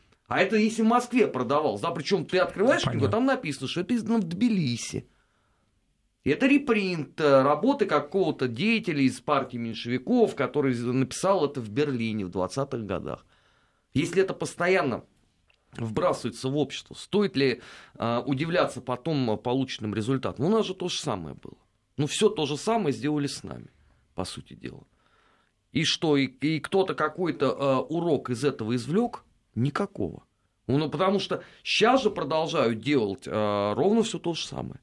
Speaker 3: А это если в Москве продавалось, да, причем ты открываешь книгу, там написано, что это издано в Тбилиси. Это репринт работы какого-то деятеля из партии меньшевиков, который написал это в Берлине в двадцатых годах. Если это постоянно вбрасывается в общество, стоит ли э, удивляться потом полученным результатам? У нас же то же самое было. Ну, все то же самое сделали с нами, по сути дела. И что, и, и кто-то какой-то э, урок из этого извлек? Никакого. Ну, потому что сейчас же продолжают делать э, ровно все то же самое.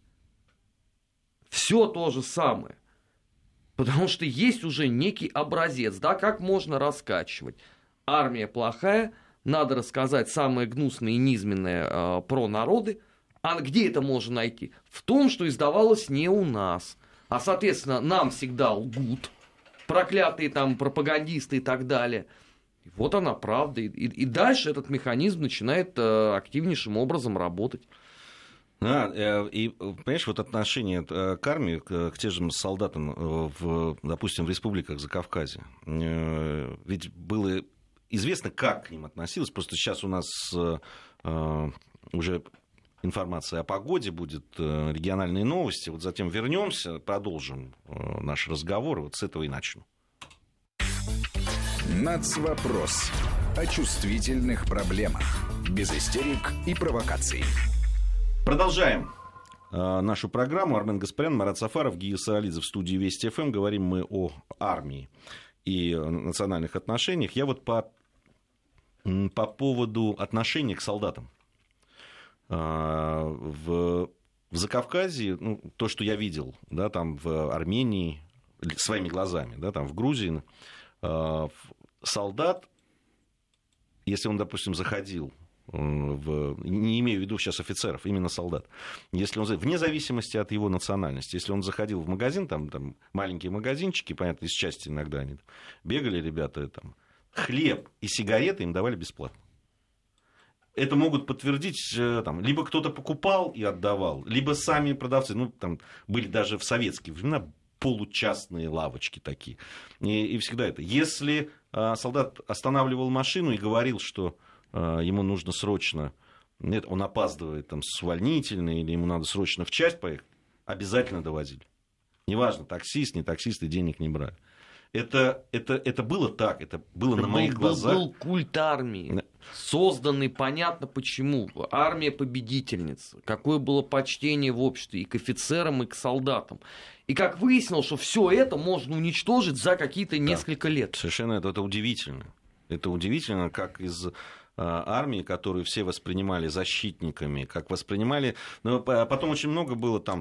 Speaker 3: Все то же самое. Потому что есть уже некий образец, да, как можно раскачивать. Армия плохая, надо рассказать самое гнусное и низменное э, про народы. А где это можно найти? В том, что издавалось не у нас. А, соответственно, нам всегда лгут, проклятые там пропагандисты и так далее. И вот она правда. И, и, и дальше этот механизм начинает э, активнейшим образом работать.
Speaker 1: Да, и, понимаешь, вот отношение к армии, к, к тем же солдатам, в, допустим, в республиках Закавказья, ведь было известно, как к ним относилось, просто сейчас у нас уже информация о погоде будет, региональные новости, вот затем вернемся, продолжим наш разговор, вот с этого и начну.
Speaker 4: Нацвопрос. О чувствительных проблемах. Без истерик и провокаций.
Speaker 1: Продолжаем э, нашу программу. Армен Гаспарян, Марат Сафаров, Гия Саралидзе в студии Вести ФМ. Говорим мы о армии и национальных отношениях. Я вот по, по поводу отношений к солдатам. Э, в, в Закавказье, ну, то, что я видел, да, там в Армении, своими глазами, да, там в Грузии, э, солдат, если он, допустим, заходил... В, не имею в виду сейчас офицеров, именно солдат. Если он, вне зависимости от его национальности, если он заходил в магазин, там, там маленькие магазинчики, понятно, из части иногда они бегали, ребята, там, хлеб и сигареты им давали бесплатно. Это могут подтвердить, там, либо кто-то покупал и отдавал, либо сами продавцы, ну, там были даже в советские времена получастные лавочки такие. И, и всегда это. Если а, солдат останавливал машину и говорил, что ему нужно срочно, нет, он опаздывает там, с увольнительной, или ему надо срочно в часть поехать, обязательно довозили. Неважно, таксист, не таксист, и денег не брали. Это, это, это было так, это было это на моих
Speaker 3: был,
Speaker 1: глазах.
Speaker 3: Был культ армии, созданный, понятно почему. Армия победительница. Какое было почтение в обществе и к офицерам, и к солдатам. И как выяснилось, что все это можно уничтожить за какие-то несколько
Speaker 1: да,
Speaker 3: лет.
Speaker 1: Совершенно это, это удивительно. Это удивительно, как из армии, которую все воспринимали защитниками, как воспринимали... Но потом очень много было там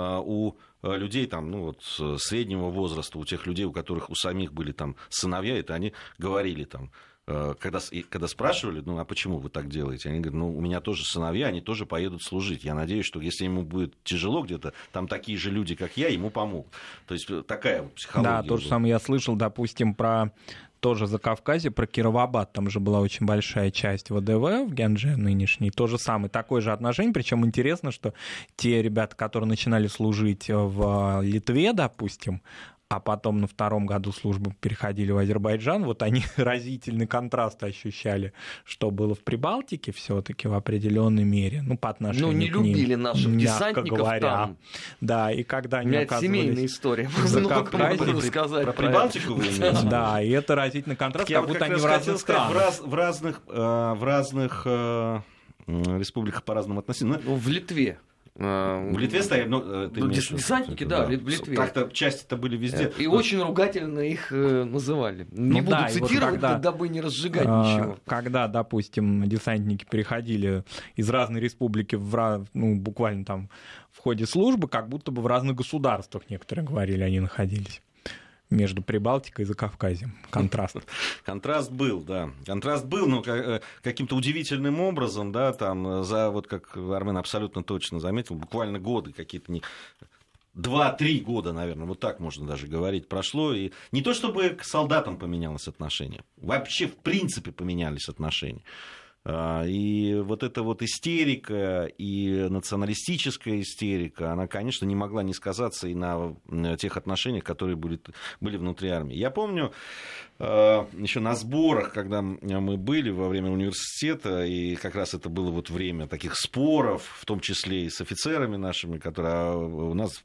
Speaker 1: у людей там, ну, вот, среднего возраста, у тех людей, у которых у самих были там сыновья, это они говорили там, когда, когда спрашивали, ну, а почему вы так делаете? Они говорят, ну, у меня тоже сыновья, они тоже поедут служить. Я надеюсь, что если ему будет тяжело где-то, там такие же люди, как я, ему помогут. То есть такая вот психология.
Speaker 2: Да, то же самое я слышал, допустим, про... тоже Закавказье, про Кировабад, там же была очень большая часть ВДВ в Гянже нынешней, то же самое, такое же отношение, причем интересно, что те ребята, которые начинали служить в Литве, допустим, а потом на втором году службы переходили в Азербайджан, вот они разительный контраст ощущали, что было в Прибалтике все-таки в определенной мере, ну, по отношению
Speaker 3: ну, не
Speaker 2: к ним,
Speaker 3: любили наших десантников
Speaker 2: говоря. Там. Да, и когда они оказывались...
Speaker 3: семейная история,
Speaker 2: много
Speaker 3: рассказать
Speaker 1: про Прибалтику вы имеете?
Speaker 2: Да, и это разительный контраст, как будто они в разных странах.
Speaker 1: В разных, в разных республиках по-разному относительно.
Speaker 3: В Литве.
Speaker 1: В Литве стояли, ну, ты
Speaker 3: ну,
Speaker 1: имеешь,
Speaker 3: десантники, да, да, в Литве.
Speaker 1: Так-то части-то были везде.
Speaker 3: И ну, очень ругательно их называли. Не ну, буду да, цитировать, вот когда, дабы не разжигать а, ничего.
Speaker 2: Когда, допустим, десантники переходили из разной республики в, ну, буквально там в ходе службы, как будто бы в разных государствах, некоторые говорили, они находились. Между Прибалтикой и Закавказьем. Контраст.
Speaker 1: Контраст был, да. Контраст был, но каким-то удивительным образом, да, там за, вот как Армен абсолютно точно заметил, буквально годы какие-то, не... два-три года, наверное, вот так можно даже говорить, прошло. И не то чтобы к солдатам поменялось отношение, вообще в принципе поменялись отношения. И вот эта вот истерика и националистическая истерика, она, конечно, не могла не сказаться и на тех отношениях, которые были, были внутри армии. Я помню еще на сборах, когда мы были во время университета, и как раз это было вот время таких споров, в том числе и с офицерами нашими, которые у нас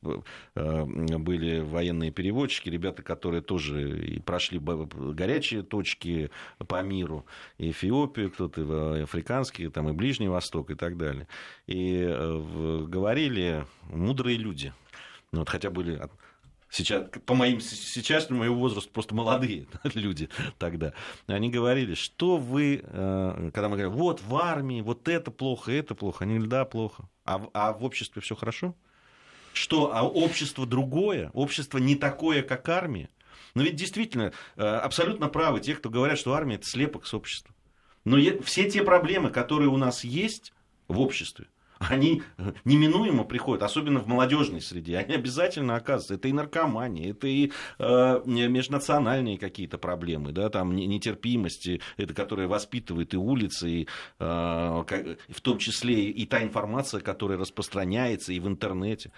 Speaker 1: были военные переводчики, ребята, которые тоже и прошли горячие точки по миру, и Эфиопию, кто-то и африканские, там, и Ближний Восток, и так далее. И э, говорили мудрые люди. Ну, вот, хотя были сейчас, по моим сейчас, по моему возрасту, просто молодые люди тогда. Они говорили, что вы, э, когда мы говорим, вот в армии, вот это плохо, это плохо. Они говорили, да, плохо. А, а в обществе все хорошо? Что, а общество другое? Общество не такое, как армия? Но ведь действительно, э, абсолютно правы те, кто говорят, что армия – это слепок с общества. Но все те проблемы, которые у нас есть в обществе, они неминуемо приходят, особенно в молодежной среде. Они обязательно оказываются. Это и наркомания, это и э, межнациональные какие-то проблемы, да, там нетерпимости, это, которая воспитывает и улицы, и, э, как, в том числе и та информация, которая распространяется и в интернете.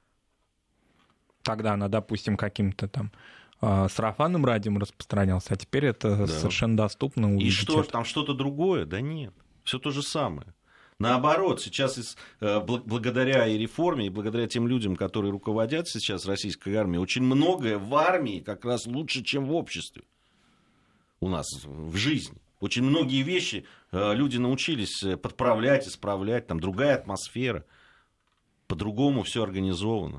Speaker 2: Тогда она, допустим, каким-то там э, сарафанным радио распространялся, а теперь это да. совершенно доступно.
Speaker 1: И что, это. Там что-то другое? Да нет, все то же самое. Наоборот, сейчас благодаря и реформе, и благодаря тем людям, которые руководят сейчас российской армией, очень многое в армии как раз лучше, чем в обществе у нас в жизни. Очень многие вещи люди научились подправлять, исправлять, там другая атмосфера, по-другому все организовано.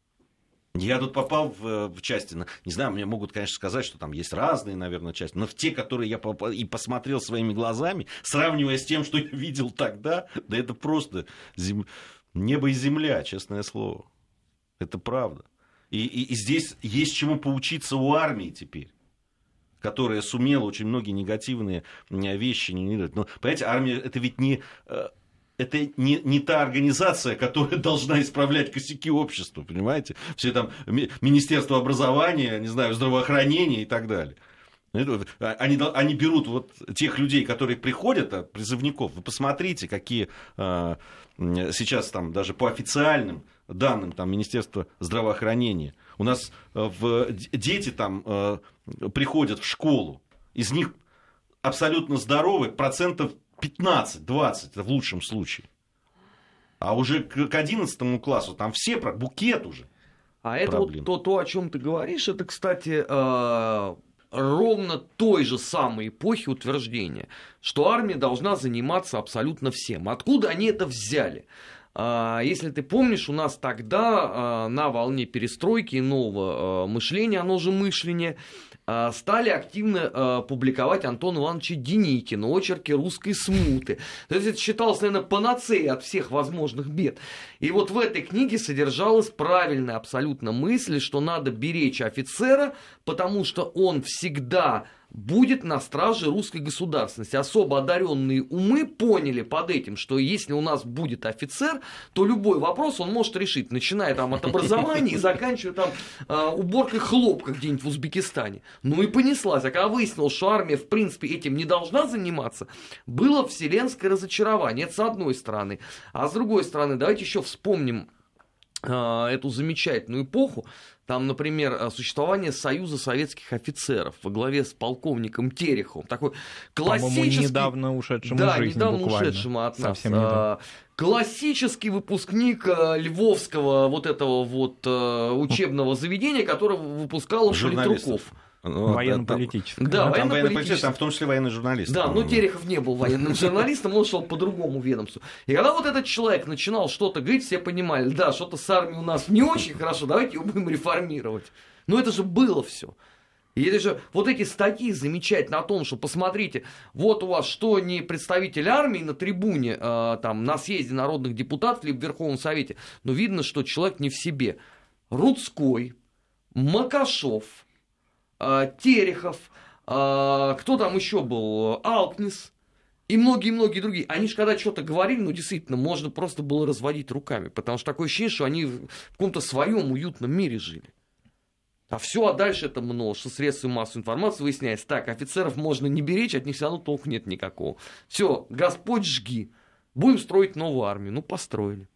Speaker 1: Я тут попал в, в части, не знаю, мне могут, конечно, сказать, что там есть разные, наверное, части, но в те, которые я попал, и посмотрел своими глазами, сравнивая с тем, что я видел тогда, да это просто зем... небо и земля, честное слово. Это правда. И, и, и здесь есть чему поучиться у армии теперь, которая сумела очень многие негативные вещи нивелировать. Но, понимаете, армия это ведь не... Это не, не та организация, которая должна исправлять косяки общества, понимаете? Все там Министерство образования, не знаю, здравоохранения и так далее. Они, они берут вот тех людей, которые приходят, призывников. Вы посмотрите, какие а, сейчас там даже по официальным данным там, Министерства здравоохранения. У нас в, дети там а, приходят в школу, из них абсолютно здоровы процентов пятнадцать-двадцать в лучшем случае. А уже к одиннадцатому классу там все про букет уже.
Speaker 3: А это вот то, то, о чем ты говоришь, это, кстати, э, ровно той же самой эпохи утверждения, что армия должна заниматься абсолютно всем. Откуда они это взяли? Э, если ты помнишь, у нас тогда э, на волне перестройки и нового э, мышления, оно же мышление, стали активно э, публиковать Антона Ивановича Деникина, очерки русской смуты. То есть это считалось, наверное, панацеей от всех возможных бед. И вот в этой книге содержалась правильная абсолютно мысль, что надо беречь офицера, потому что он всегда будет на страже русской государственности. Особо одаренные умы поняли под этим, что если у нас будет офицер, то любой вопрос он может решить, начиная там от образования и заканчивая там э, уборкой хлопка где-нибудь в Узбекистане. Ну и понеслась. А когда выяснилось, что армия в принципе этим не должна заниматься, было вселенское разочарование. Это с одной стороны. А с другой стороны, давайте еще вспомним э, эту замечательную эпоху. Там, например, существование Союза советских офицеров во главе с полковником Тереховым. Такой классический...
Speaker 2: По-моему, недавно ушедшему
Speaker 3: да,
Speaker 2: из жизни
Speaker 3: недавно
Speaker 2: буквально.
Speaker 3: ушедшему от нас.
Speaker 2: Совсем недавно.
Speaker 3: Классический выпускник львовского вот этого вот учебного заведения, которое выпускало политруков.
Speaker 2: Ну, военно-политическое.
Speaker 3: Да,
Speaker 1: да, там военно-политическое, там в том числе военный журналист.
Speaker 3: Да, но Терехов не был военным журналистом, он шел по другому ведомству. И когда вот этот человек начинал что-то говорить, все понимали, да, что-то с армией у нас не очень хорошо, давайте его будем реформировать. Но это же было все. И это же вот эти статьи замечательно о том, что посмотрите, вот у вас что не представитель армии на трибуне, э, там, на съезде народных депутатов либо в Верховном Совете, но видно, что человек не в себе. Рудской, Макашов, Терехов, кто там еще был, Алкнис и многие-многие другие. Они же когда что-то говорили, ну действительно, можно просто было разводить руками, потому что такое ощущение, что они в каком-то своем уютном мире жили. А все, а дальше это множество средств массовой информации выясняется. Так, офицеров можно не беречь, от них все равно толку нет никакого. Все, Господь жги, будем строить новую армию. Ну, построили.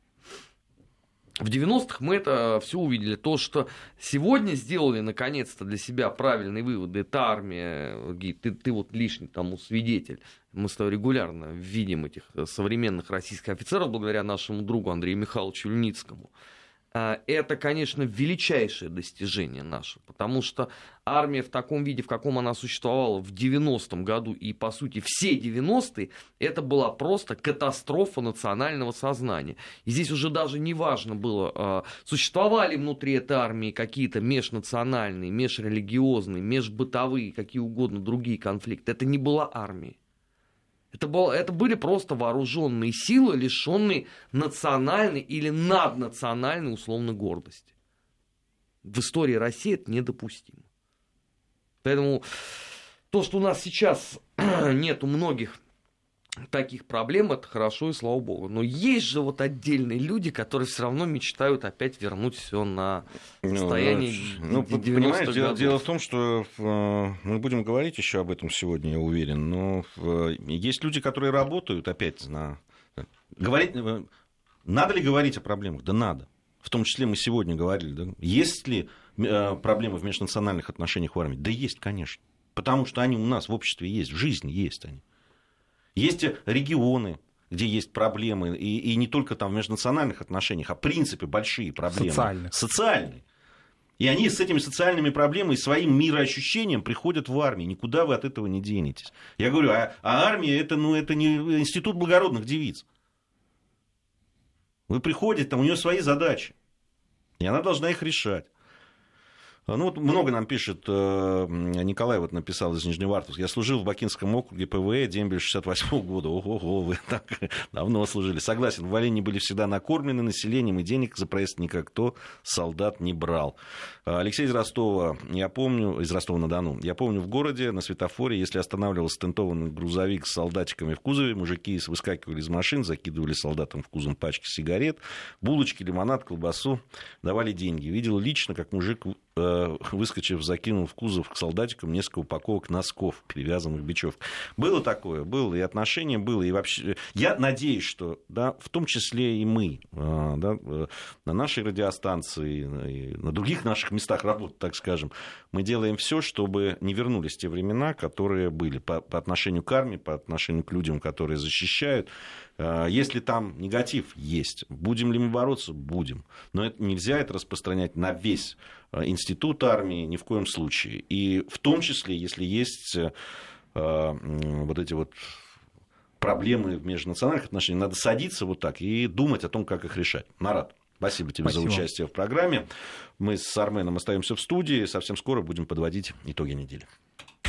Speaker 3: В девяностых мы это все увидели. То, что сегодня сделали наконец-то для себя правильные выводы, это армия, ты, ты вот лишний тому свидетель. Мы с тобой регулярно видим этих современных российских офицеров благодаря нашему другу Андрею Михайловичу Ильницкому. Это, конечно, величайшее достижение наше, потому что армия в таком виде, в каком она существовала в девяностом году и, по сути, все девяностые, это была просто катастрофа национального сознания. И здесь уже даже не важно было, существовали внутри этой армии какие-то межнациональные, межрелигиозные, межбытовые, какие угодно другие конфликты. Это не была армия. Это, было, это были просто вооруженные силы, лишенные национальной или наднациональной условно гордости. В истории России это недопустимо. Поэтому то, что у нас сейчас нету многих таких проблем, это хорошо и слава богу. Но есть же вот отдельные люди, которые все равно мечтают опять вернуть все на состояние
Speaker 1: ну, ну,
Speaker 3: девяностых
Speaker 1: понимаешь, дело,
Speaker 3: годов.
Speaker 1: дело в том, что э, мы будем говорить еще об этом сегодня, я уверен, но э, есть люди, которые работают опять на... Говорить... Э, надо ли говорить о проблемах? Да надо. В том числе мы сегодня говорили, да? Есть ли э, проблемы в межнациональных отношениях в армии? Да есть, конечно. Потому что они у нас в обществе есть, в жизни есть они. Есть регионы, где есть проблемы, и, и не только там в межнациональных отношениях, а в принципе большие проблемы.
Speaker 2: Социальные.
Speaker 1: Социальные. И они с этими социальными проблемами и своим мироощущением приходят в армию. Никуда вы от этого не денетесь. Я говорю, а, а армия это, ну, это не институт благородных девиц. Вы приходите, там у нее свои задачи. И она должна их решать. Ну, вот много нам пишет, Николай вот написал из Нижневартовска. Я служил в Бакинском округе ПВЭ, дембель шестьдесят восьмого года. Ого-го, вы так давно служили. Согласен, в Волыни были всегда накормлены населением, и денег за проезд никто солдат не брал. Алексей из Ростова, я помню, из Ростова-на-Дону, я помню в городе на светофоре, если останавливался тентованный грузовик с солдатиками в кузове, мужики выскакивали из машин, закидывали солдатам в кузов пачки сигарет, булочки, лимонад, колбасу, давали деньги. Видел лично, как мужик, выскочив, закинул в кузов к солдатикам несколько упаковок носков, перевязанных бечевкой. Было такое, было, и отношения было, и вообще... Я надеюсь, что, да, в том числе и мы, да, на нашей радиостанции, и на других наших местах работы, так скажем, мы делаем все, чтобы не вернулись те времена, которые были по, по отношению к армии, по отношению к людям, которые защищают. Если там негатив есть, будем ли мы бороться? Будем. Но это, нельзя это распространять на весь институт армии ни в коем случае. И в том числе, если есть э, вот эти вот проблемы в межнациональных отношениях, надо садиться вот так и думать о том, как их решать. Марат, спасибо тебе спасибо. за участие в программе. Мы с Арменом остаемся в студии. Совсем скоро будем подводить итоги недели.